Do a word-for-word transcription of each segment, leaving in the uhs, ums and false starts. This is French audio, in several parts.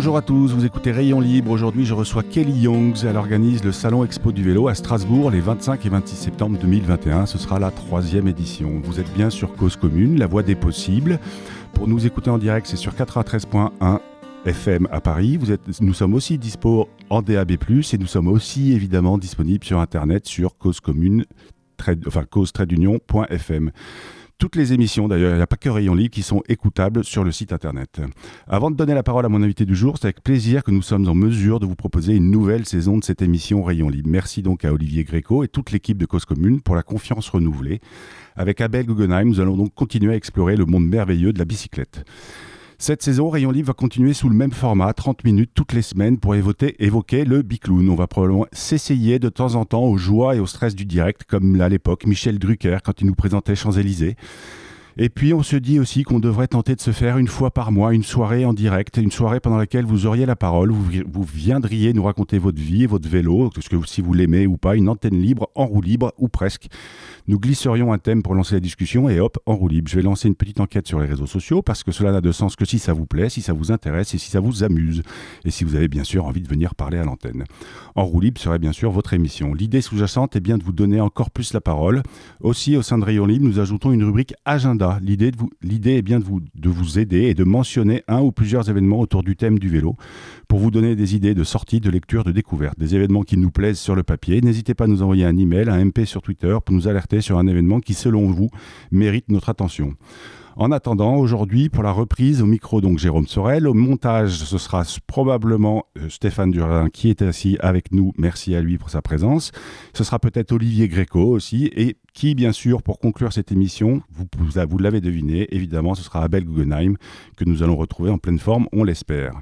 Bonjour à tous, vous écoutez Rayon Libre. Aujourd'hui, je reçois Kelly Youngs. Elle organise le Salon Expo du vélo à Strasbourg les vingt-cinq et vingt-six septembre deux mille vingt et un. Ce sera la troisième édition. Vous êtes bien sur Cause Commune, la voix des possibles. Pour nous écouter en direct, c'est sur quatre-vingt-treize point un F M à Paris. Vous êtes, nous sommes aussi dispo en D A B plus, et nous sommes aussi évidemment disponibles sur Internet sur cause commune, enfin cause tiret union point f m. Toutes les émissions, d'ailleurs, il n'y a pas que Rayon Libre, qui sont écoutables sur le site internet. Avant de donner la parole à mon invité du jour, c'est avec plaisir que nous sommes en mesure de vous proposer une nouvelle saison de cette émission Rayon Libre. Merci donc à Olivier Gréco et toute l'équipe de Cause Commune pour la confiance renouvelée. Avec Abel Guggenheim, nous allons donc continuer à explorer le monde merveilleux de la bicyclette. Cette saison, Rayon Libre va continuer sous le même format, trente minutes toutes les semaines pour évoquer, évoquer le bicloun. On va probablement s'essayer de temps en temps aux joies et au stress du direct, comme à l'époque Michel Drucker quand il nous présentait Champs-Élysées. Et puis on se dit aussi qu'on devrait tenter de se faire une fois par mois une soirée en direct, une soirée pendant laquelle vous auriez la parole, vous, vous viendriez nous raconter votre vie et votre vélo, que si vous l'aimez ou pas, une antenne libre, en roue libre ou presque. Nous glisserions un thème pour lancer la discussion et hop, en roue libre. Je vais lancer une petite enquête sur les réseaux sociaux parce que cela n'a de sens que si ça vous plaît, si ça vous intéresse et si ça vous amuse. Et si vous avez bien sûr envie de venir parler à l'antenne. En roue libre serait bien sûr votre émission. L'idée sous-jacente est bien de vous donner encore plus la parole. Aussi, au sein de Rayon Libre, nous ajoutons une rubrique agenda. L'idée, de vous, l'idée est bien de vous, de vous aider et de mentionner un ou plusieurs événements autour du thème du vélo pour vous donner des idées de sortie, de lecture, de découverte. Des événements qui nous plaisent sur le papier. N'hésitez pas à nous envoyer un email, un M P sur Twitter pour nous alerter sur un événement qui, selon vous, mérite notre attention. En attendant, aujourd'hui, pour la reprise, au micro, donc Jérôme Sorel. Au montage, ce sera probablement euh, Stéphane Durin qui est assis avec nous. Merci à lui pour sa présence. Ce sera peut-être Olivier Gréco aussi. Et qui, bien sûr, pour conclure cette émission, vous, vous, vous l'avez deviné, évidemment, ce sera Abel Guggenheim que nous allons retrouver en pleine forme, on l'espère.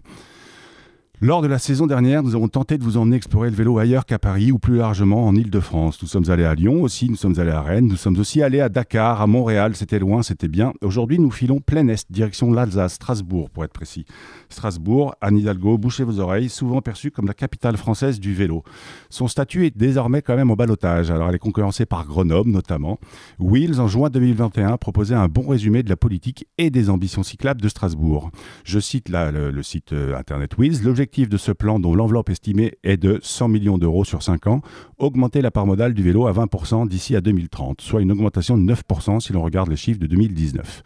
Lors de la saison dernière, nous avons tenté de vous emmener explorer le vélo ailleurs qu'à Paris ou plus largement en Île-de-France. Nous sommes allés à Lyon aussi, nous sommes allés à Rennes, nous sommes aussi allés à Dakar, à Montréal, c'était loin, c'était bien. Aujourd'hui, nous filons plein est, direction l'Alsace, Strasbourg pour être précis. Strasbourg, Anne Hidalgo, bouchez vos oreilles, souvent perçue comme la capitale française du vélo. Son statut est désormais quand même en ballottage, alors elle est concurrencée par Grenoble notamment. Wheels, en juin deux mille vingt et un, proposait un bon résumé de la politique et des ambitions cyclables de Strasbourg. Je cite là le, le site euh, internet Wheels, l'objectif de ce plan, dont l'enveloppe estimée est de cent millions d'euros sur cinq ans, augmenter la part modale du vélo à vingt pour cent d'ici à deux mille trente, soit une augmentation de neuf pour cent si l'on regarde les chiffres de deux mille dix-neuf.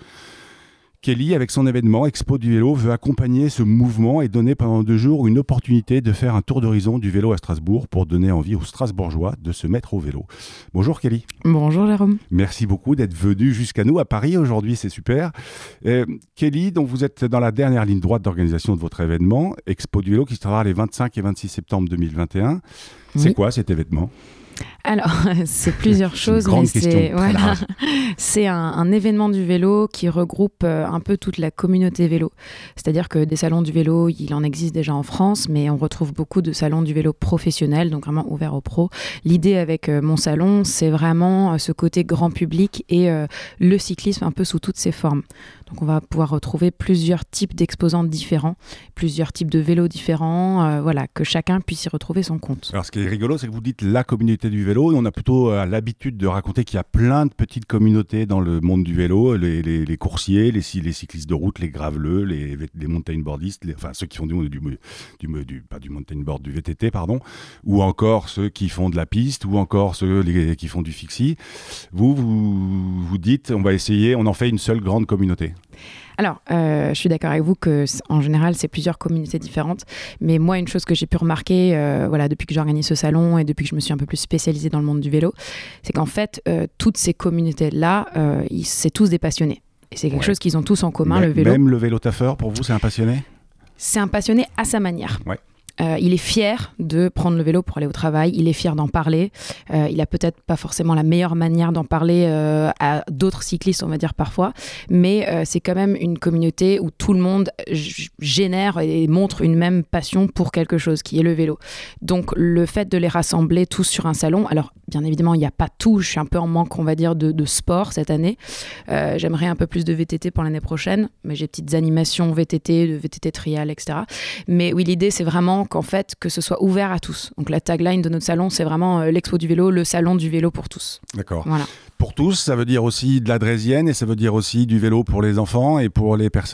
Kelly, avec son événement Expo du vélo, veut accompagner ce mouvement et donner pendant deux jours une opportunité de faire un tour d'horizon du vélo à Strasbourg pour donner envie aux Strasbourgeois de se mettre au vélo. Bonjour Kelly. Bonjour Jérôme. Merci beaucoup d'être venu jusqu'à nous à Paris aujourd'hui, c'est super. Euh, Kelly, donc vous êtes dans la dernière ligne droite d'organisation de votre événement, Expo du vélo, qui sera les vingt-cinq et vingt-six septembre deux mille vingt et un. C'est oui. Quoi cet événement ? Alors, c'est plusieurs choses, mais c'est, voilà, c'est un, un événement du vélo qui regroupe euh, un peu toute la communauté vélo. C'est-à-dire que des salons du vélo, il en existe déjà en France, mais on retrouve beaucoup de salons du vélo professionnels, donc vraiment ouverts aux pros. L'idée avec euh, mon salon, c'est vraiment euh, ce côté grand public et euh, le cyclisme un peu sous toutes ses formes. Donc on va pouvoir retrouver plusieurs types d'exposants différents, plusieurs types de vélos différents, euh, voilà, que chacun puisse y retrouver son compte. Alors ce qui est rigolo, c'est que vous dites la communauté du vélo. On a plutôt euh, l'habitude de raconter qu'il y a plein de petites communautés dans le monde du vélo, les, les, les coursiers, les, les cyclistes de route, les graveleux, les, les mountainboardistes, les, enfin ceux qui font du, du, du, du, pas du mountainboard, du V T T, pardon, ou encore ceux qui font de la piste, ou encore ceux les, qui font du fixie. Vous, vous, vous dites, on va essayer, on en fait une seule grande communauté. Alors, euh, je suis d'accord avec vous qu'en général, c'est plusieurs communautés différentes. Mais moi, une chose que j'ai pu remarquer euh, voilà, depuis que j'organise ce salon et depuis que je me suis un peu plus spécialisée dans le monde du vélo, c'est qu'en fait, euh, toutes ces communautés-là, euh, ils, c'est tous des passionnés. Et c'est quelque ouais. chose qu'ils ont tous en commun, Mais, le vélo. Même le vélo-taffeur, pour vous, c'est un passionné ? C'est un passionné à sa manière. Ouais. Euh, il est fier de prendre le vélo pour aller au travail, il est fier d'en parler. Euh, il a peut-être pas forcément la meilleure manière d'en parler euh, à d'autres cyclistes, on va dire parfois, mais euh, c'est quand même une communauté où tout le monde g- génère et montre une même passion pour quelque chose, qui est le vélo. Donc le fait de les rassembler tous sur un salon, alors bien évidemment il n'y a pas tout, je suis un peu en manque, on va dire, de, de sport cette année. Euh, j'aimerais un peu plus de V T T pour l'année prochaine, mais j'ai petites animations V T T, de V T T trial, et cetera. Mais oui, l'idée c'est vraiment qu'en fait, que ce soit ouvert à tous. Donc la tagline de notre salon, c'est vraiment euh, l'Expo du vélo, le salon du vélo pour tous. D'accord. Voilà. Pour tous, ça veut dire aussi de la draisienne et ça veut dire aussi du vélo pour les enfants et pour les personnes âgées ?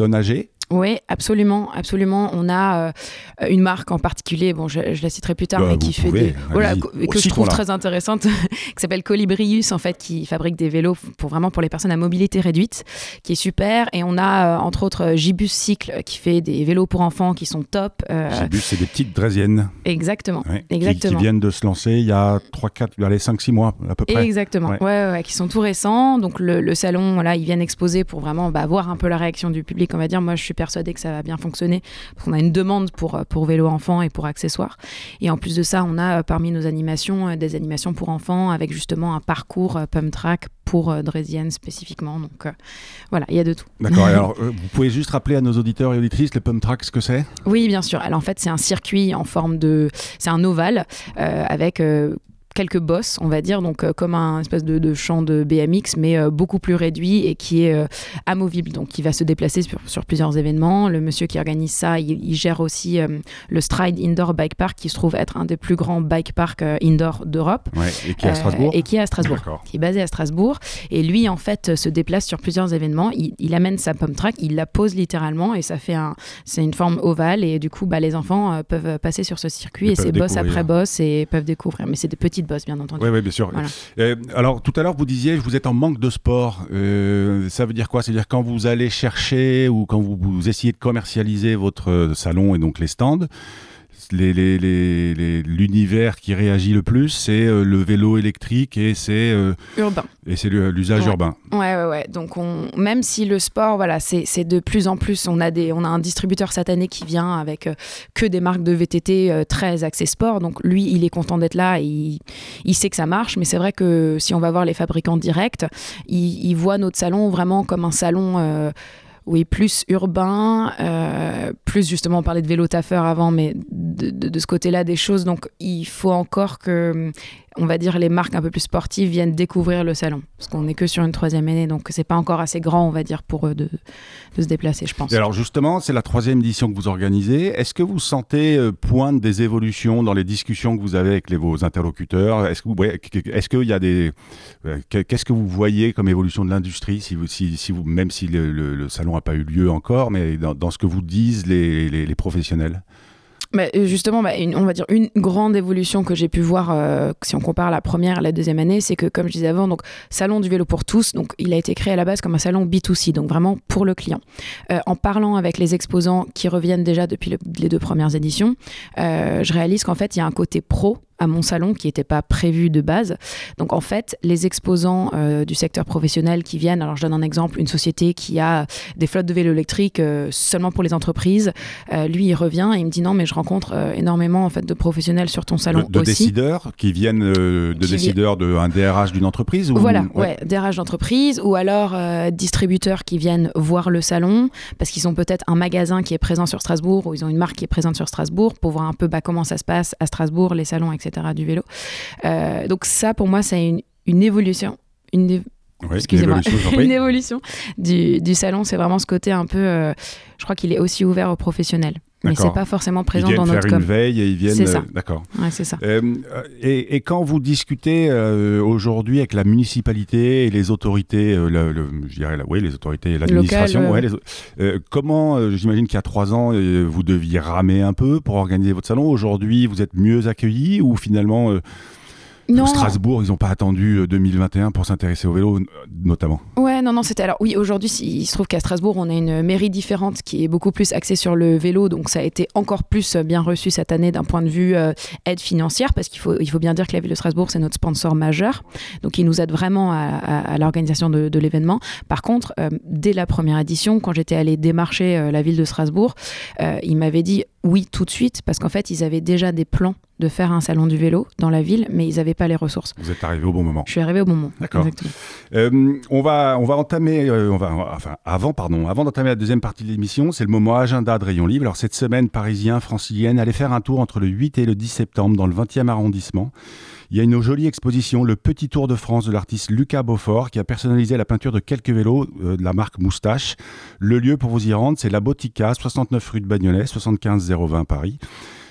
Oui, absolument, absolument. On a euh, une marque en particulier, bon, je, je la citerai plus tard, bah, mais qui fait pouvez, des, voilà, allez-y. que je trouve très intéressante, qui s'appelle Colibrius, en fait, qui fabrique des vélos pour vraiment pour les personnes à mobilité réduite, qui est super. Et on a euh, entre autres Gibus Cycle qui fait des vélos pour enfants qui sont top. Euh... Gibus, c'est des petites draisiennes. Exactement, ouais, exactement. Qui, qui viennent de se lancer il y a trois, quatre, allez, cinq, six mois à peu près. Exactement, ouais, ouais, ouais qui sont tout récents. Donc le, le salon, voilà, ils viennent exposer pour vraiment bah, voir un peu la réaction du public, on va dire. Moi, je suis persuadée que ça va bien fonctionner parce qu'on a une demande pour, pour vélo enfants et pour accessoires. Et en plus de ça, on a parmi nos animations des animations pour enfants avec justement un parcours pump track pour euh, Dresden spécifiquement. Donc euh, voilà, il y a de tout. D'accord. Et alors, euh, vous pouvez juste rappeler à nos auditeurs et auditrices le pump track, ce que c'est ? Oui, bien sûr. Alors en fait, c'est un circuit en forme de... C'est un ovale euh, avec... Euh, quelques bosses, on va dire, donc euh, comme un espèce de, de champ de B M X, mais euh, beaucoup plus réduit et qui est euh, amovible, donc qui va se déplacer sur, sur plusieurs événements. Le monsieur qui organise ça, il, il gère aussi euh, le Stride Indoor Bike Park, qui se trouve être un des plus grands bike parks euh, indoor d'Europe. Ouais, et qui est à Strasbourg. Euh, et qui est à Strasbourg, D'accord. Qui est basé à Strasbourg. Et lui, en fait, se déplace sur plusieurs événements. Il, il amène sa pump track, il la pose littéralement, et ça fait un, c'est une forme ovale. Et du coup, bah, les enfants euh, peuvent passer sur ce circuit, et, et c'est boss après boss, et peuvent découvrir. Mais c'est des petites bosses, bien entendu. Oui, oui, bien sûr. Voilà. Euh, alors, tout à l'heure, vous disiez que vous êtes en manque de sport. Euh, ça veut dire quoi ? C'est-à-dire quand vous allez chercher ou quand vous, vous essayez de commercialiser votre salon et donc les stands, Les, les, les, les, l'univers qui réagit le plus, c'est euh, le vélo électrique et c'est, euh, urbain. Et c'est l'usage ouais. urbain. Ouais, ouais, ouais. Donc, on, même si le sport, voilà, c'est, c'est de plus en plus, on a, des, on a un distributeur satané qui vient avec euh, que des marques de V T T euh, très axées sport. Donc, lui, il est content d'être là et il, il sait que ça marche. Mais c'est vrai que si on va voir les fabricants directs, ils, ils voient notre salon vraiment comme un salon... Euh, Oui, plus urbain, euh, plus justement, on parlait de vélo taffeur avant, mais de, de, de ce côté-là des choses. Donc, il faut encore que, on va dire, les marques un peu plus sportives viennent découvrir le salon. Parce qu'on n'est que sur une troisième année, donc c'est pas encore assez grand, on va dire, pour eux de, de se déplacer, je pense. Et alors justement, c'est la troisième édition que vous organisez. Est-ce que vous sentez euh, poindre des évolutions dans les discussions que vous avez avec les, vos interlocuteurs ? Est-ce que vous, ouais, est-ce qu'il y a des... Euh, qu'est-ce que vous voyez comme évolution de l'industrie, si vous, si, si vous, même si le, le, le salon n'a pas eu lieu encore, mais dans, dans ce que vous disent les, les, les professionnels ? Bah, justement, bah, une, on va dire une grande évolution que j'ai pu voir, euh, si on compare la première à la deuxième année, c'est que, comme je disais avant, donc salon du vélo pour tous, donc il a été créé à la base comme un salon B deux C, donc vraiment pour le client. Euh, en parlant avec les exposants qui reviennent déjà depuis le, les deux premières éditions, euh, je réalise qu'en fait il y a un côté pro à mon salon qui n'était pas prévu de base. Donc en fait, les exposants euh, du secteur professionnel qui viennent, alors je donne un exemple, une société qui a des flottes de vélos électriques euh, seulement pour les entreprises, euh, lui il revient et il me dit non mais je rencontre euh, énormément en fait de professionnels sur ton salon de, de aussi. De décideurs qui viennent euh, de qui décideurs d'un D R H d'une entreprise ou... Voilà, ouais, ouais D R H d'entreprise ou alors euh, distributeurs qui viennent voir le salon parce qu'ils ont peut-être un magasin qui est présent sur Strasbourg ou ils ont une marque qui est présente sur Strasbourg pour voir un peu bah, comment ça se passe à Strasbourg, les salons, et cetera du vélo. Euh, donc ça, pour moi, c'est une, une évolution. Une, é... ouais, Excusez-moi. Une évolution, une évolution du, du salon. C'est vraiment ce côté un peu... Euh, je crois qu'il est aussi ouvert aux professionnels. Mais c'est pas forcément présent dans notre com. Ils viennent faire une veille et ils viennent... C'est ça. Euh, d'accord. Ouais, c'est ça. Euh, et, et quand vous discutez euh, aujourd'hui avec la municipalité et les autorités, euh, le, le, je dirais, la, oui, les autorités et l'administration, Local, ouais, les, euh, comment, euh, j'imagine qu'il y a trois ans, euh, vous deviez ramer un peu pour organiser votre salon. Aujourd'hui, vous êtes mieux accueillis ou finalement... Euh, Non. Strasbourg, ils n'ont pas attendu deux mille vingt et un pour s'intéresser au vélo, notamment. Ouais, non, non, c'était... Alors oui, aujourd'hui, il se trouve qu'à Strasbourg, on a une mairie différente qui est beaucoup plus axée sur le vélo, donc ça a été encore plus bien reçu cette année d'un point de vue euh, aide financière, parce qu'il faut, il faut bien dire que la ville de Strasbourg, c'est notre sponsor majeur, donc il nous aide vraiment à, à, à l'organisation de, de l'événement. Par contre, euh, dès la première édition, quand j'étais allée démarcher euh, la ville de Strasbourg, euh, ils m'avaient dit oui tout de suite, parce qu'en fait, ils avaient déjà des plans de faire un salon du vélo dans la ville, mais ils n'avaient pas les ressources. Vous êtes arrivé au bon moment. Je suis arrivé au bon moment. D'accord. Euh, on va, on va entamer, euh, on va, enfin, avant, pardon, avant d'entamer la deuxième partie de l'émission, c'est le moment agenda de Rayon Libre. Alors cette semaine, Parisiens, Franciliennes, allez faire un tour entre le huit et le dix septembre dans le vingtième arrondissement. Il y a une jolie exposition, le Petit Tour de France de l'artiste Lucas Beaufort, qui a personnalisé la peinture de quelques vélos euh, de la marque Moustache. Le lieu pour vous y rendre, c'est la Botica, soixante-neuf rue de Bagnolet, soixante-quinze zéro vingt Paris.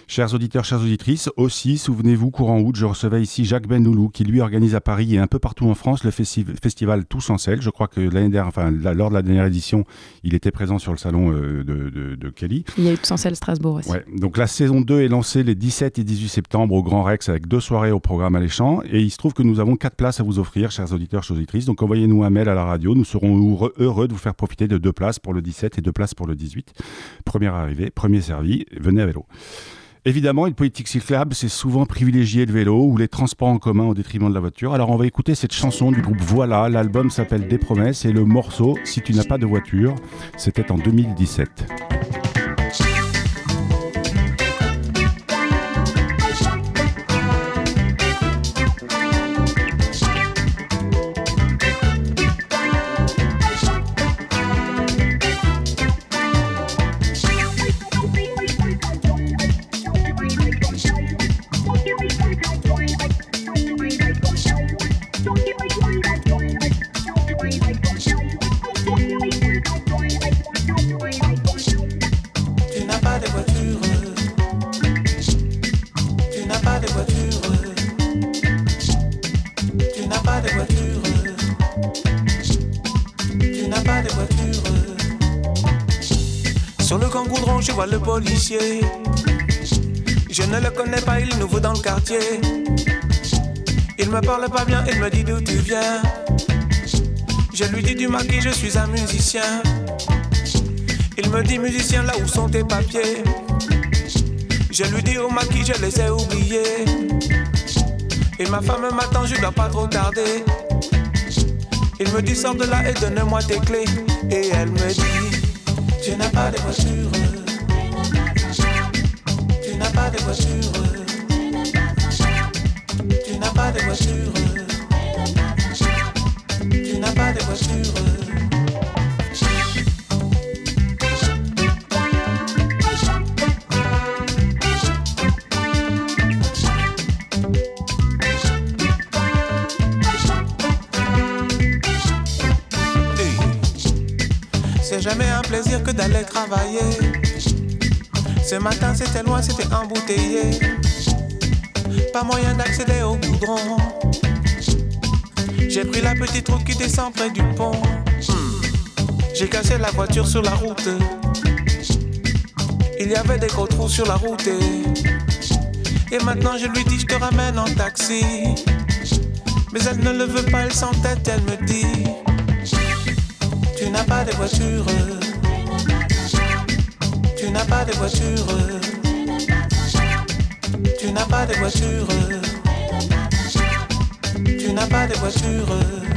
Chers auditeurs, chères auditrices, aussi, souvenez-vous, courant août, je recevais ici Jacques Benloulou qui lui organise à Paris et un peu partout en France le festi- festival Tous en Selle. Je crois que l'année dernière, enfin, la, lors de la dernière édition, il était présent sur le salon euh, de, de, de Kelly. Il y a eu Tous en Selle Strasbourg aussi. Ouais. Donc la saison deux est lancée les dix-sept et dix-huit septembre au Grand Rex avec deux soirées au programme alléchant. Et il se trouve que nous avons quatre places à vous offrir, chers auditeurs, chères auditrices. Donc envoyez-nous un mail à la radio. Nous serons heureux de vous faire profiter de deux places pour le dix-sept et deux places pour le dix-huit. Première arrivée, premier servi, venez à vélo. Évidemment, une politique cyclable, c'est souvent privilégier le vélo ou les transports en commun au détriment de la voiture. Alors on va écouter cette chanson du groupe Voilà. L'album s'appelle Des Promesses et le morceau Si tu n'as pas de voiture, c'était en deux mille dix-sept. Sur le grand goudron, je vois le policier. Je ne le connais pas, il est nouveau dans le quartier. Il me parle pas bien, il me dit d'où tu viens. Je lui dis du maquis, je suis un musicien. Il me dit musicien, là où sont tes papiers? Je lui dis au maquis, je les ai oubliés. Et ma femme m'attend, je dois pas trop tarder. Il me dit sors de là et donne-moi tes clés. Et elle me dit tu n'as pas de voiture. Tu n'as pas de voiture. Tu n'as pas de voiture. Tu n'as pas de voiture. C'est jamais un plaisir que d'aller travailler. Ce matin c'était loin, c'était embouteillé. Pas moyen d'accéder au goudron. J'ai pris la petite route qui descend près du pont. hmm. J'ai cassé la voiture sur la route. Il y avait des gros trous sur la route. Et, et maintenant je lui dis je te ramène en taxi. Mais elle ne le veut pas, elle s'entête, elle me dit tu n'as pas de voiture. Tu n'as pas de voiture. Tu n'as pas de voiture. Tu n'as pas de voiture.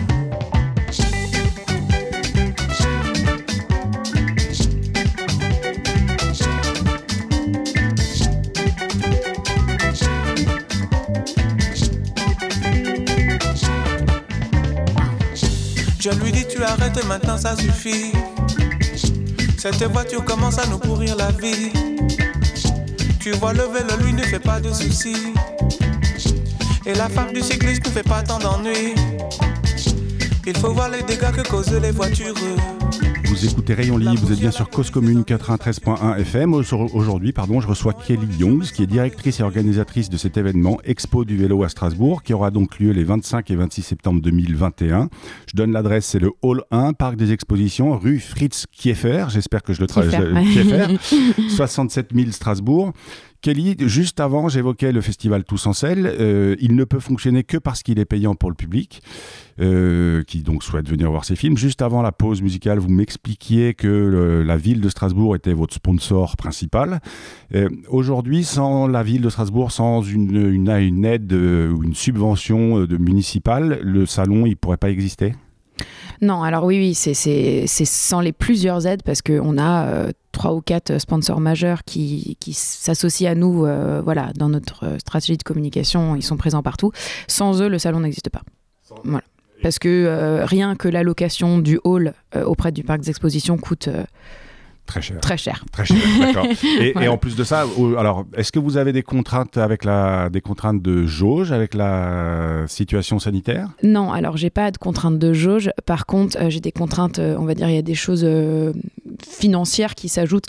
Je lui dis tu arrêtes maintenant, ça suffit. Cette voiture commence à nous pourrir la vie. Tu vois le vélo, lui ne fait pas de soucis. Et la femme du cycliste ne fait pas tant d'ennuis. Il faut voir les dégâts que causent les voitures. Vous écoutez Rayon Libre, vous êtes bien sur Cause Commune quatre-vingt-treize point un F M. Aujourd'hui, pardon, je reçois Kelly Youngs, qui est directrice et organisatrice de cet événement Expo du vélo à Strasbourg, qui aura donc lieu les vingt-cinq et vingt-six septembre deux mille vingt et un. Je donne l'adresse, c'est le Hall un, Parc des Expositions, rue Fritz Kieffer, j'espère que je le traduis, Kieffer, soixante-sept mille Strasbourg. Kelly, juste avant, j'évoquais le festival Tous en Selle. Euh, il ne peut fonctionner que parce qu'il est payant pour le public, euh, qui donc souhaite venir voir ses films. Juste avant la pause musicale, vous m'expliquiez que le, la ville de Strasbourg était votre sponsor principal. Euh, aujourd'hui, sans la ville de Strasbourg, sans une, une, une aide euh, ou une subvention de municipale, le salon, il ne pourrait pas exister ? Non, alors oui, oui, c'est, c'est, c'est sans les plusieurs aides parce qu'on a euh, trois ou quatre sponsors majeurs qui, qui s'associent à nous euh, voilà, dans notre stratégie de communication. Ils sont présents partout. Sans eux, le salon n'existe pas. Voilà. Parce que euh, rien que la location du hall euh, auprès du parc d'exposition coûte... Euh, Très cher. Très cher. Très cher, d'accord. Et, voilà. Et en plus de ça, alors, est-ce que vous avez des contraintes avec la, des contraintes de jauge avec la situation sanitaire ? Non, alors j'ai pas de contraintes de jauge. Par contre, euh, j'ai des contraintes, euh, on va dire, il y a des choses euh, financières qui s'ajoutent qui n'étaient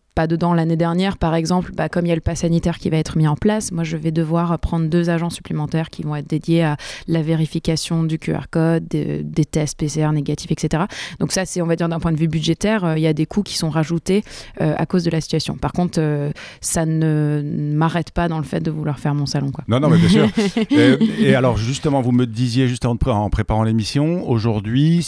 pas dedans l'année dernière, par exemple, bah, comme il y a le pass sanitaire qui va être mis en place, moi je vais devoir prendre deux agents supplémentaires qui vont être dédiés à la vérification du Q R code, des, des tests P C R négatifs, et cetera. Donc ça, c'est, on va dire, d'un point de vue budgétaire, euh, il y a des coûts qui sont rajoutés euh, à cause de la situation. Par contre, euh, ça ne m'arrête pas dans le fait de vouloir faire mon salon, quoi. Non, non, mais bien sûr. et, et alors, justement, vous me disiez juste avant de pré- en préparant l'émission, aujourd'hui,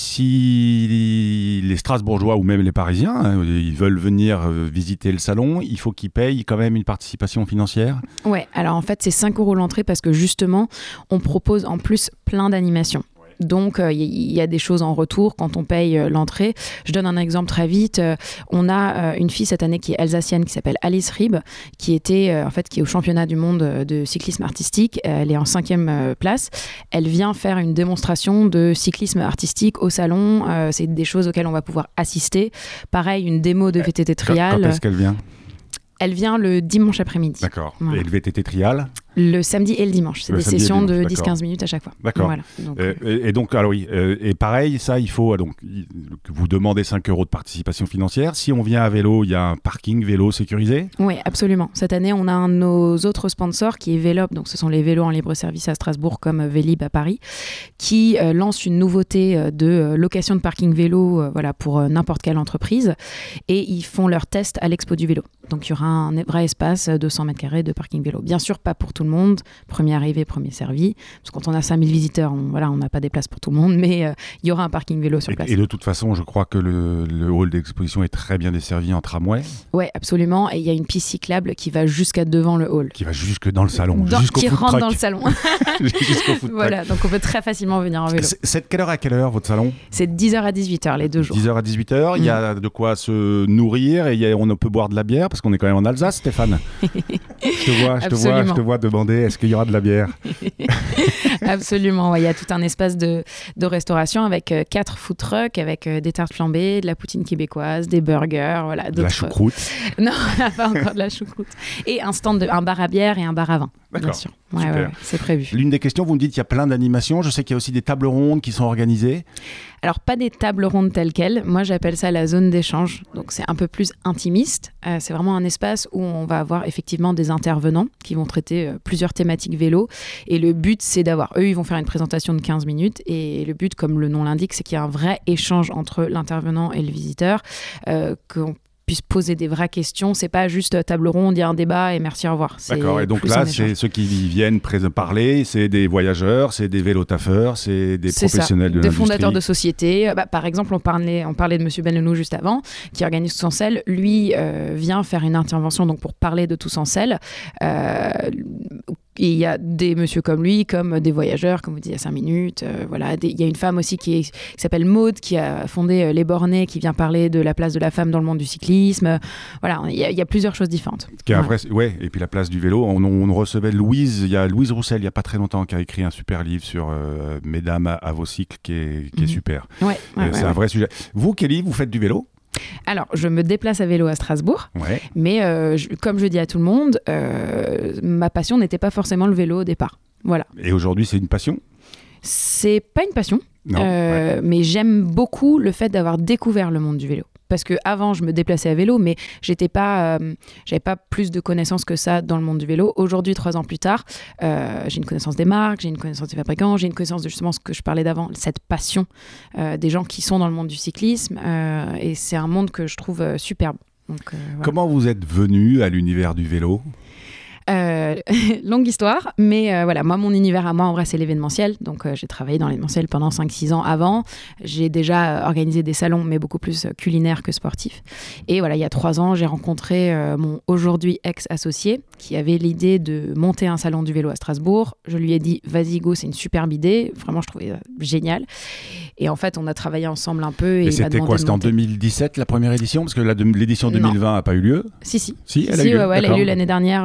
si les Strasbourgeois ou même les Parisiens, hein, ils veulent venir euh, visiter le salon, il faut qu'ils payent quand même une participation financière. Ouais, alors en fait, c'est cinq euros l'entrée parce que justement, on propose en plus plein d'animations. Donc, il euh, y, y a des choses en retour quand on paye euh, l'entrée. Je donne un exemple très vite. Euh, on a euh, une fille cette année qui est alsacienne, qui s'appelle Alice Rib, qui était euh, en fait qui est au championnat du monde de cyclisme artistique. Elle est en cinquième euh, place. Elle vient faire une démonstration de cyclisme artistique au salon. Euh, c'est des choses auxquelles on va pouvoir assister. Pareil, une démo de V T T trial. Quand, quand est-ce qu'elle vient ? Elle vient le dimanche après-midi. D'accord. Voilà. Et le V T T trial ? Le samedi et le dimanche. C'est le des sessions dimanche, de d'accord. dix à quinze minutes à chaque fois. D'accord. Voilà. Donc, euh, et, et donc, alors oui, euh, et pareil, ça, il faut donc que vous demandez cinq euros de participation financière. Si on vient à vélo, il y a un parking vélo sécurisé ? Oui, absolument. Cette année, on a un de nos autres sponsors qui est Vélib, donc ce sont les vélos en libre service à Strasbourg comme Vélib à Paris, qui euh, lance une nouveauté euh, de euh, location de parking vélo euh, voilà, pour euh, n'importe quelle entreprise, et ils font leur test à l'expo du vélo. Donc il y aura un vrai espace, deux cents mètres carrés de parking vélo. Bien sûr, pas pour tout le monde. Premier arrivé, premier servi. Parce que quand on a cinq mille visiteurs, on voilà, on n'a pas des places pour tout le monde, mais euh, il y aura un parking vélo sur et, place. Et de toute façon, je crois que le, le hall d'exposition est très bien desservi en tramway. Oui, absolument. Et il y a une piste cyclable qui va jusqu'à devant le hall. Qui va jusque dans le salon, dans, jusqu'au qui food rentre truck. dans le salon. Jusqu'au food Voilà, truck. donc on peut très facilement venir en vélo. C'est, c'est de quelle heure à quelle heure votre salon ? C'est de dix heures à dix-huit heures les deux jours. dix heures à dix-huit heures, il mm. y a de quoi se nourrir et y a, on peut boire de la bière parce qu'on est quand même en Alsace, Stéphane. je te vois, je te vois, je te vois demander est-ce qu'il y aura de la bière ? Absolument, il ouais, y a tout un espace de, de restauration avec euh, quatre food trucks, avec euh, des tartes flambées, de la poutine québécoise, des burgers, voilà. De la choucroute ? Non, pas encore de la choucroute. Et un stand, de, un bar à bière et un bar à vin. D'accord. Bien sûr. Ouais, ouais, ouais, c'est prévu. L'une des questions, vous me dites qu'il y a plein d'animations. Je sais qu'il y a aussi des tables rondes qui sont organisées. Alors, pas des tables rondes telles quelles. Moi, j'appelle ça la zone d'échange. Donc, c'est un peu plus intimiste. Euh, c'est vraiment un espace où on va avoir effectivement des intervenants qui vont traiter euh, plusieurs thématiques vélo. Et le but, c'est d'avoir... Eux, ils vont faire une présentation de quinze minutes. Et le but, comme le nom l'indique, c'est qu'il y a un vrai échange entre l'intervenant et le visiteur. Euh, qu'on puisse poser des vraies questions. C'est pas juste table ronde, il y a un débat et merci, au revoir. C'est D'accord, et donc là, c'est ceux qui viennent pré- parler, c'est des voyageurs, c'est des vélotaffeurs, c'est des c'est professionnels ça, de des l'industrie. Fondateurs de sociétés. Bah, par exemple, on parlait, on parlait de Monsieur Benlenou juste avant, qui organise Tous en Selle. Lui euh, vient faire une intervention donc, pour parler de Tous en Selle. Euh, Et il y a des messieurs comme lui, comme des voyageurs, comme vous dites, il y a cinq minutes. Euh, voilà. Des, il y a une femme aussi qui, est, qui s'appelle Maude, qui a fondé euh, Les Bornés, qui vient parler de la place de la femme dans le monde du cyclisme. Voilà, il y a, il y a plusieurs choses différentes. Qui est ouais. Vrai, ouais, et puis la place du vélo. On, on recevait Louise, il y a Louise Roussel, il n'y a pas très longtemps, qui a écrit un super livre sur euh, Mesdames à, à vos cycles, qui est, qui est mmh. super. Ouais, ouais, euh, ouais, c'est ouais. un vrai sujet. Vous, Kelly, vous faites du vélo ? Alors, je me déplace à vélo à Strasbourg, ouais. mais euh, je, comme je dis à tout le monde, euh, ma passion n'était pas forcément le vélo au départ. Voilà. Et aujourd'hui, c'est une passion ? C'est pas une passion, non, euh, ouais. mais j'aime beaucoup le fait d'avoir découvert le monde du vélo. Parce qu'avant, je me déplaçais à vélo, mais j'étais pas, euh, j'avais pas plus de connaissances que ça dans le monde du vélo. Aujourd'hui, trois ans plus tard, euh, j'ai une connaissance des marques, j'ai une connaissance des fabricants, j'ai une connaissance de justement ce que je parlais d'avant, cette passion euh, des gens qui sont dans le monde du cyclisme. Euh, et c'est un monde que je trouve euh, superbe. Donc, euh, voilà. Comment vous êtes venu à l'univers du vélo ? Euh, longue histoire, mais euh, voilà, moi, mon univers à moi, en vrai, c'est l'événementiel. Donc, euh, j'ai travaillé dans l'événementiel pendant cinq six ans avant. J'ai déjà organisé des salons, mais beaucoup plus culinaires que sportifs. Et voilà, il y a trois ans, j'ai rencontré euh, mon aujourd'hui ex-associé qui avait l'idée de monter un salon du vélo à Strasbourg. Je lui ai dit, vas-y, go, c'est une superbe idée. Vraiment, je trouvais euh, génial. Et en fait, on a travaillé ensemble un peu. Et, et il c'était m'a quoi ? C'était en deux mille dix-sept, la première édition ? Parce que la, l'édition deux mille vingt n'a pas eu lieu ? Si, si. Si, elle si, a eu lieu. Ouais, ouais, elle a eu lieu l'année dernière, euh, le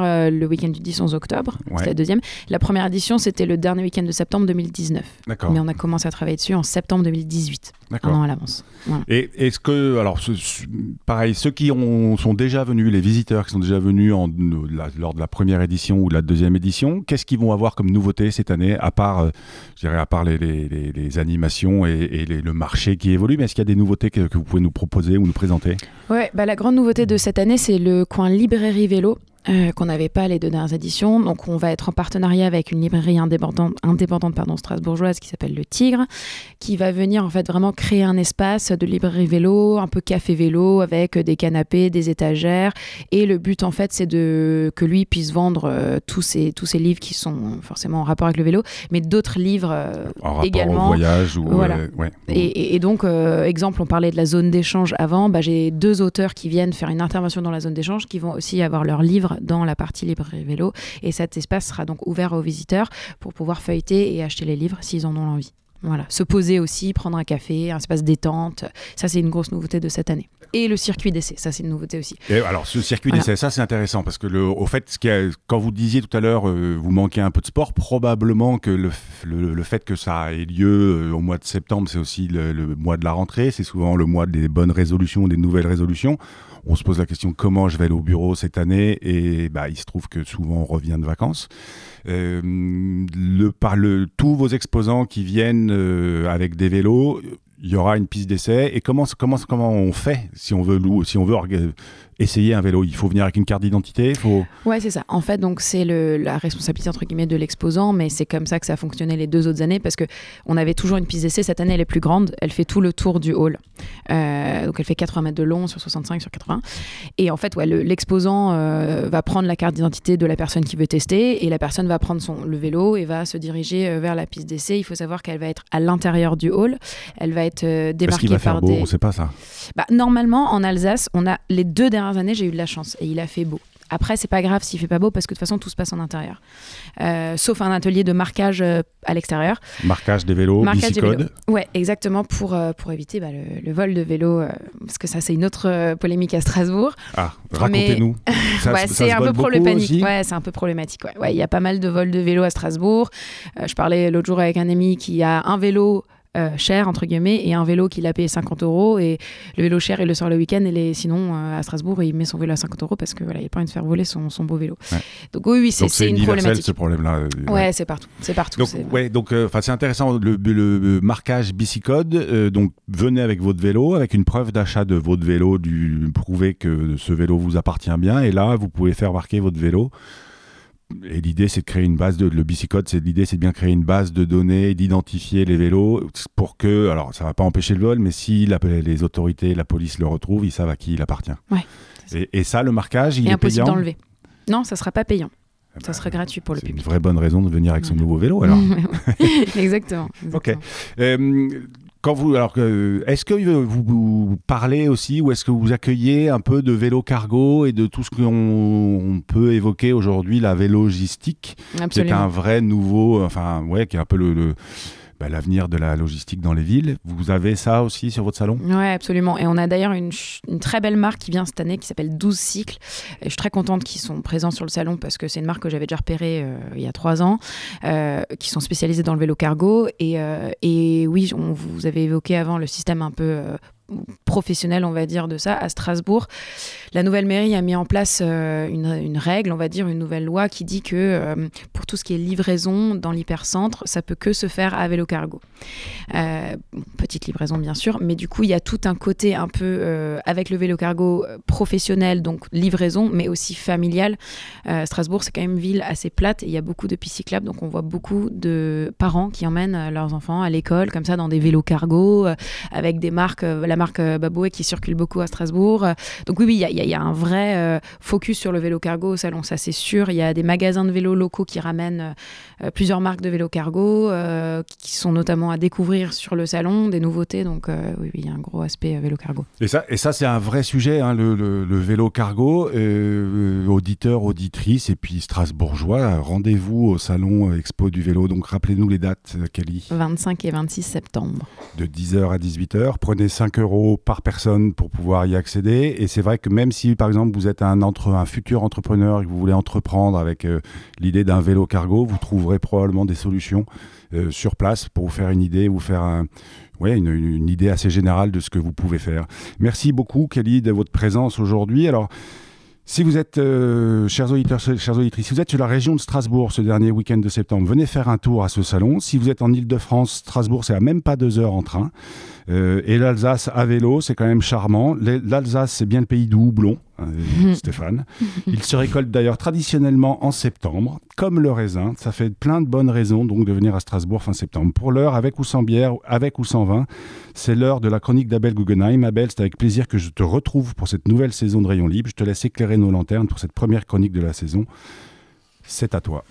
week-end du dix onze octobre, Ouais. c'est la deuxième. La première édition, c'était le dernier week-end de septembre deux mille dix-neuf. D'accord. Mais on a commencé à travailler dessus en septembre deux mille dix-huit, un D'accord. an à l'avance. Voilà. Et est-ce que, alors, ce, ce- pareil, ceux qui ont, sont déjà venus, les visiteurs qui sont déjà venus en, la- lors de la première édition ou de la deuxième édition, qu'est-ce qu'ils vont avoir comme nouveauté cette année, à part, euh, je dirais, à part les, les, les, les animations et, et les- le marché qui évolue, mais est-ce qu'il y a des nouveautés que, que vous pouvez nous proposer ou nous présenter? Ouais, bah, la grande nouveauté de cette année, c'est le coin librairie vélo. Euh, qu'on n'avait pas les deux dernières éditions. Donc on va être en partenariat avec une librairie indépendante, indépendante pardon, strasbourgeoise qui s'appelle Le Tigre, qui va venir en fait vraiment créer un espace de librairie vélo, un peu café vélo, avec des canapés, des étagères. Et le but en fait, c'est de que lui puisse vendre euh, tous ces tous ces livres qui sont forcément en rapport avec le vélo, mais d'autres livres euh, En rapport également. au voyage ou Voilà. euh, ouais. Et, et- et donc, euh, exemple, on parlait de la zone d'échange avant. Bah, j'ai deux auteurs qui viennent faire une intervention dans la zone d'échange, qui vont aussi avoir leurs livres dans la partie librairie vélo. Et cet espace sera donc ouvert aux visiteurs pour pouvoir feuilleter et acheter les livres s'ils en ont l'envie. Voilà, se poser aussi, prendre un café, un espace détente. Ça, c'est une grosse nouveauté de cette année. Et le circuit d'essai, ça, c'est une nouveauté aussi. Et alors, ce circuit Voilà. d'essai, ça c'est intéressant parce que, le, au fait, ce qui a- quand vous disiez tout à l'heure, euh, vous manquez un peu de sport, probablement que le, f- le, le fait que ça ait lieu euh, au mois de septembre, c'est aussi le, le mois de la rentrée, c'est souvent le mois des bonnes résolutions, des nouvelles résolutions. On se pose la question comment je vais aller au bureau cette année et bah, il se trouve que souvent on revient de vacances. Euh, le, par le, tous vos exposants qui viennent euh, avec des vélos, il y aura une piste d'essai. Et comment, comment, comment on fait si on veut, lou- si on veut orga- essayer un vélo? Il faut venir avec une carte d'identité, il faut... Ouais, c'est ça. En fait, donc c'est le, la responsabilité entre guillemets de l'exposant, mais c'est comme ça que ça a fonctionné les deux autres années parce que on avait toujours une piste d'essai. Cette année, elle est plus grande. Elle fait tout le tour du hall. Euh, donc, elle fait quatre-vingts mètres de long sur soixante-cinq sur quatre-vingts. Et en fait, ouais, le- l'exposant euh, va prendre la carte d'identité de la personne qui veut tester et la personne va prendre son le vélo et va se diriger euh, vers la piste d'essai. Il faut savoir qu'elle va être à l'intérieur du hall. Elle va être euh, Parce démarquée qu'il va faire par beau, des. on sait pas ça. Bah, normalement, en Alsace, on a les deux dernières années, j'ai eu de la chance et il a fait beau. Après, c'est pas grave s'il fait pas beau parce que de toute façon, tout se passe en intérieur. Euh, sauf un atelier de marquage euh, à l'extérieur. Marquage des vélos, Marquage des bicicode. vélos. Ouais, exactement, pour, euh, pour éviter bah, le, le vol de vélo. euh, parce que ça, c'est une autre euh, polémique à Strasbourg. Ah, racontez-nous. Ça, Ouais, ça c'est se un vole peu beaucoup problématique. aussi Ouais, c'est un peu problématique. Ouais, ouais, il y a pas mal de vols de vélos à Strasbourg. Euh, je parlais l'autre jour avec un ami qui a un vélo euh, cher entre guillemets et un vélo qu'il a payé cinquante euros et le vélo cher il le sort le week-end et les, sinon euh, à Strasbourg il met son vélo à cinquante euros parce que voilà il a pas envie de faire voler son, son beau vélo. Ouais. Donc oui oui c'est, Donc c'est, c'est une universel problématique. ce problème-là. euh, Ouais, ouais. c'est partout, c'est partout. Donc, c'est... ouais, donc, euh, c'est intéressant, le, le, le marquage bicicode, euh, donc venez avec votre vélo, avec une preuve d'achat de votre vélo, du, prouver que ce vélo vous appartient bien, et là, vous pouvez faire marquer votre vélo. Et l'idée, c'est de créer une base de... Le bicicode, c'est, l'idée, c'est de bien créer une base de données, d'identifier les vélos, pour que... Alors, ça ne va pas empêcher le vol, mais si la, les autorités, la police le retrouvent, ils savent à qui il appartient. Ouais, et, et ça, le marquage, il et est impossible payant. d'enlever. Non, ça sera pas payant. Eh ben, Ça serait gratuit pour le c'est public. une vraie bonne raison de venir avec son Voilà. nouveau vélo, alors. exactement. exactement. Ok. Euh, quand vous, alors, euh, est-ce que vous, vous parlez aussi ou est-ce que vous accueillez un peu de vélo cargo et de tout ce qu'on on peut évoquer aujourd'hui, la vélogistique, qui est Absolument. un vrai nouveau, enfin, ouais, qui est un peu le, le bah, l'avenir de la logistique dans les villes. Vous avez ça aussi sur votre salon? Ouais, absolument. Et on a d'ailleurs une, ch- une très belle marque qui vient cette année qui s'appelle douze Cycles. Et je suis très contente qu'ils sont présents sur le salon parce que c'est une marque que j'avais déjà repérée euh, il y a trois ans, euh, qui sont spécialisés dans le vélo cargo. Et, euh, et oui, on, vous avez évoqué avant le système un peu euh, professionnel, on va dire, de ça. À Strasbourg, la nouvelle mairie a mis en place euh, une, une règle, on va dire, une nouvelle loi qui dit que euh, pour tout ce qui est livraison dans l'hypercentre, ça peut que se faire à vélo cargo. Euh, petite livraison, bien sûr, mais du coup, il y a tout un côté un peu euh, avec le vélo cargo euh, professionnel, donc livraison, mais aussi familial. Euh, Strasbourg, c'est quand même une ville assez plate et il y a beaucoup de pistes cyclables, donc on voit beaucoup de parents qui emmènent euh, leurs enfants à l'école, comme ça, dans des vélos cargo, euh, avec des marques, euh, la marque euh, Baboué qui circule beaucoup à Strasbourg. Euh, donc oui, oui, il y a, il y a, il y a un vrai euh, focus sur le vélo cargo au salon, ça c'est sûr. Il y a des magasins de vélos locaux qui ramènent euh, plusieurs marques de vélo cargo, euh, qui sont notamment à découvrir sur le salon, des nouveautés. Donc euh, oui, oui, il y a un gros aspect euh, vélo cargo. Et ça, et ça, c'est un vrai sujet, hein, le, le, le vélo cargo. Euh, auditeurs, auditrices, et puis strasbourgeois, rendez-vous au salon Expo du vélo. Donc rappelez-nous les dates, Kelly. vingt-cinq et vingt-six septembre. De dix heures à dix-huit heures. Prenez cinq euros euros par personne pour pouvoir y accéder. Et c'est vrai que même si, par exemple, vous êtes un, entre, un futur entrepreneur et que vous voulez entreprendre avec euh, l'idée d'un vélo cargo, vous trouverez probablement des solutions euh, sur place pour vous faire une idée, vous faire un, ouais, une, une idée assez générale de ce que vous pouvez faire. Merci beaucoup, Kelly, de votre présence aujourd'hui. Alors, si vous êtes, euh, chers auditeurs, chères auditrices, si vous êtes sur la région de Strasbourg ce dernier week-end de septembre, venez faire un tour à ce salon. Si vous êtes en Ile-de-France, Strasbourg, c'est à même pas deux heures en train. Euh, et l'Alsace à vélo, c'est quand même charmant. L'Alsace, c'est bien le pays du houblon, hein, Stéphane. Il se récolte d'ailleurs traditionnellement en septembre, comme le raisin. Ça fait plein de bonnes raisons donc de venir à Strasbourg fin septembre. Pour l'heure, avec ou sans bière, avec ou sans vin, c'est l'heure de la chronique d'Abel Guggenheim. Abel, c'est avec plaisir que je te retrouve pour cette nouvelle saison de Rayon Libre. Je te laisse éclairer nos lanternes pour cette première chronique de la saison. C'est à toi.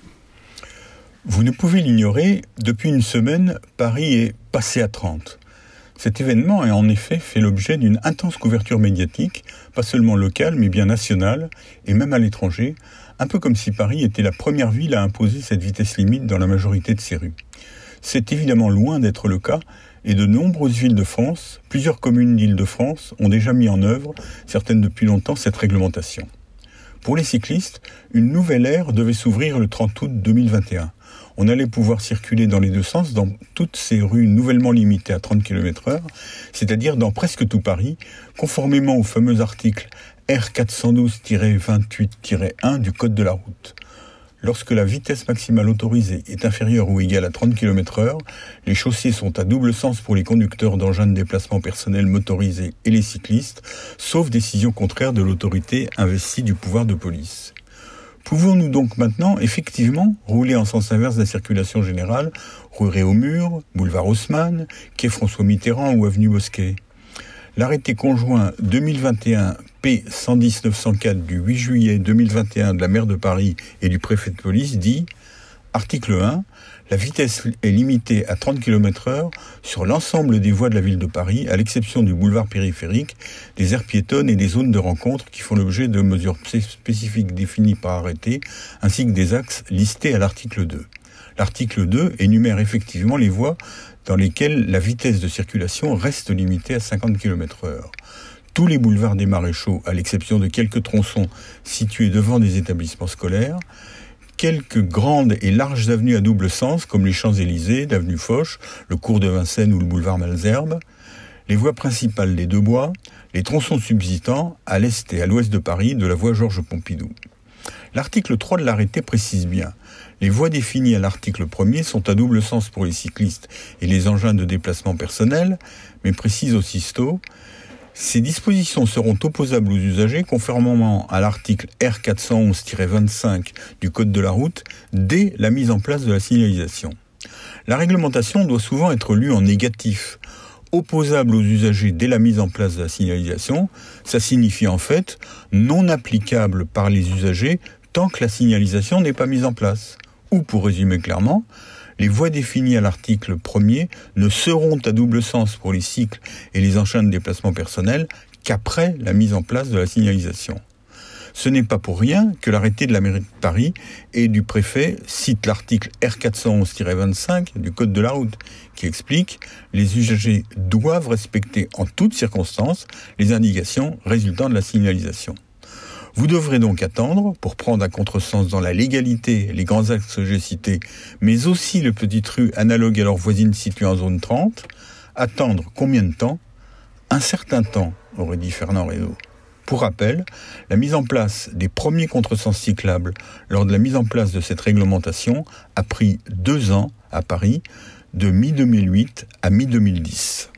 Vous ne pouvez l'ignorer, depuis une semaine, Paris est passé à trente. Cet événement a en effet fait l'objet d'une intense couverture médiatique, pas seulement locale, mais bien nationale, et même à l'étranger, un peu comme si Paris était la première ville à imposer cette vitesse limite dans la majorité de ses rues. C'est évidemment loin d'être le cas, et de nombreuses villes de France, plusieurs communes d'Île-de-France, ont déjà mis en œuvre, certaines depuis longtemps, cette réglementation. Pour les cyclistes, une nouvelle ère devait s'ouvrir le trente août deux mille vingt et un. On allait pouvoir circuler dans les deux sens dans toutes ces rues nouvellement limitées à trente kilomètres heure, c'est-à-dire dans presque tout Paris, conformément au fameux article R quatre cent douze tiret vingt-huit tiret un du Code de la route. Lorsque la vitesse maximale autorisée est inférieure ou égale à trente kilomètres heure, les chaussées sont à double sens pour les conducteurs d'engins de déplacement personnel motorisés et les cyclistes, sauf décision contraire de l'autorité investie du pouvoir de police. Pouvons-nous donc maintenant, effectivement, rouler en sens inverse de la circulation générale, rue Réaumur, boulevard Haussmann, quai François Mitterrand ou avenue Bosquet ? L'arrêté conjoint deux mille vingt et un P cent dix neuf cent quatre du huit juillet deux mille vingt et un de la maire de Paris et du préfet de police dit « Article un. La vitesse est limitée à trente kilomètres heure sur l'ensemble des voies de la ville de Paris, à l'exception du boulevard périphérique, des aires piétonnes et des zones de rencontre qui font l'objet de mesures spécifiques définies par arrêté, ainsi que des axes listés à l'article deux. L'article deux énumère effectivement les voies dans lesquelles la vitesse de circulation reste limitée à cinquante kilomètres heure. Tous les boulevards des Maréchaux, à l'exception de quelques tronçons situés devant des établissements scolaires, quelques grandes et larges avenues à double sens, comme les Champs-Élysées, l'avenue Foch, le cours de Vincennes ou le boulevard Malesherbes, les voies principales des Deux-Bois, les tronçons subsistants à l'est et à l'ouest de Paris de la voie Georges Pompidou. L'article trois de l'arrêté précise bien « Les voies définies à l'article premier sont à double sens pour les cyclistes et les engins de déplacement personnel, mais précise aussitôt « Ces dispositions seront opposables aux usagers conformément à l'article R quatre cent onze tiret vingt-cinq du Code de la route dès la mise en place de la signalisation. » La réglementation doit souvent être lue en négatif. Opposable aux usagers dès la mise en place de la signalisation, ça signifie en fait non applicable par les usagers tant que la signalisation n'est pas mise en place. Ou pour résumer clairement, les voies définies à l'article premier ne seront à double sens pour les cycles et les engins de déplacement personnel qu'après la mise en place de la signalisation. Ce n'est pas pour rien que l'arrêté de la mairie de Paris et du préfet cite l'article R quatre cent onze tiret vingt-cinq du Code de la route, qui explique « Les usagers doivent respecter en toutes circonstances les indications résultant de la signalisation ». Vous devrez donc attendre, pour prendre à contresens dans la légalité les grands axes que j'ai cités, mais aussi les petites rues analogues à leurs voisines situées en zone trente, attendre combien de temps ? Un certain temps, aurait dit Fernand Reynaud. Pour rappel, la mise en place des premiers contresens cyclables lors de la mise en place de cette réglementation a pris deux ans à Paris, de mi deux mille huit à mi deux mille dix.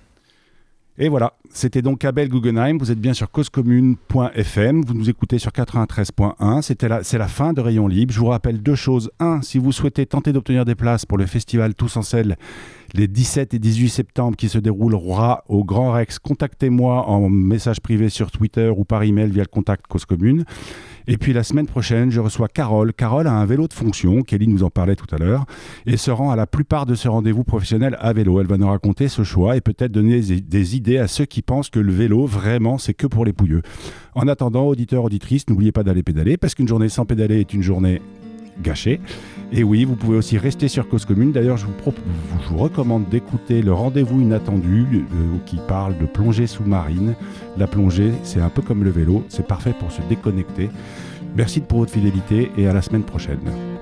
Et voilà, c'était donc Abel Guggenheim, vous êtes bien sur cause commune point f m, vous nous écoutez sur quatre-vingt-treize point un, c'était la, c'est la fin de Rayon Libre. Je vous rappelle deux choses. Un, si vous souhaitez tenter d'obtenir des places pour le festival Tous en Selle les dix-sept et dix-huit septembre qui se déroulera au Grand Rex, contactez-moi en message privé sur Twitter ou par email via le contact Cause Commune. Et puis la semaine prochaine, je reçois Carole. Carole a un vélo de fonction, Kelly nous en parlait tout à l'heure, et se rend à la plupart de ses rendez-vous professionnels à vélo. Elle va nous raconter ce choix et peut-être donner des idées à ceux qui pensent que le vélo, vraiment, c'est que pour les pouilleux. En attendant, auditeurs, auditrices, n'oubliez pas d'aller pédaler, parce qu'une journée sans pédaler est une journée gâché. Et oui, vous pouvez aussi rester sur Cause Commune. D'ailleurs, je vous, propose, je vous recommande d'écouter le Rendez-vous Inattendu euh, qui parle de plongée sous-marine. La plongée, c'est un peu comme le vélo, c'est parfait pour se déconnecter. Merci pour votre fidélité et à la semaine prochaine.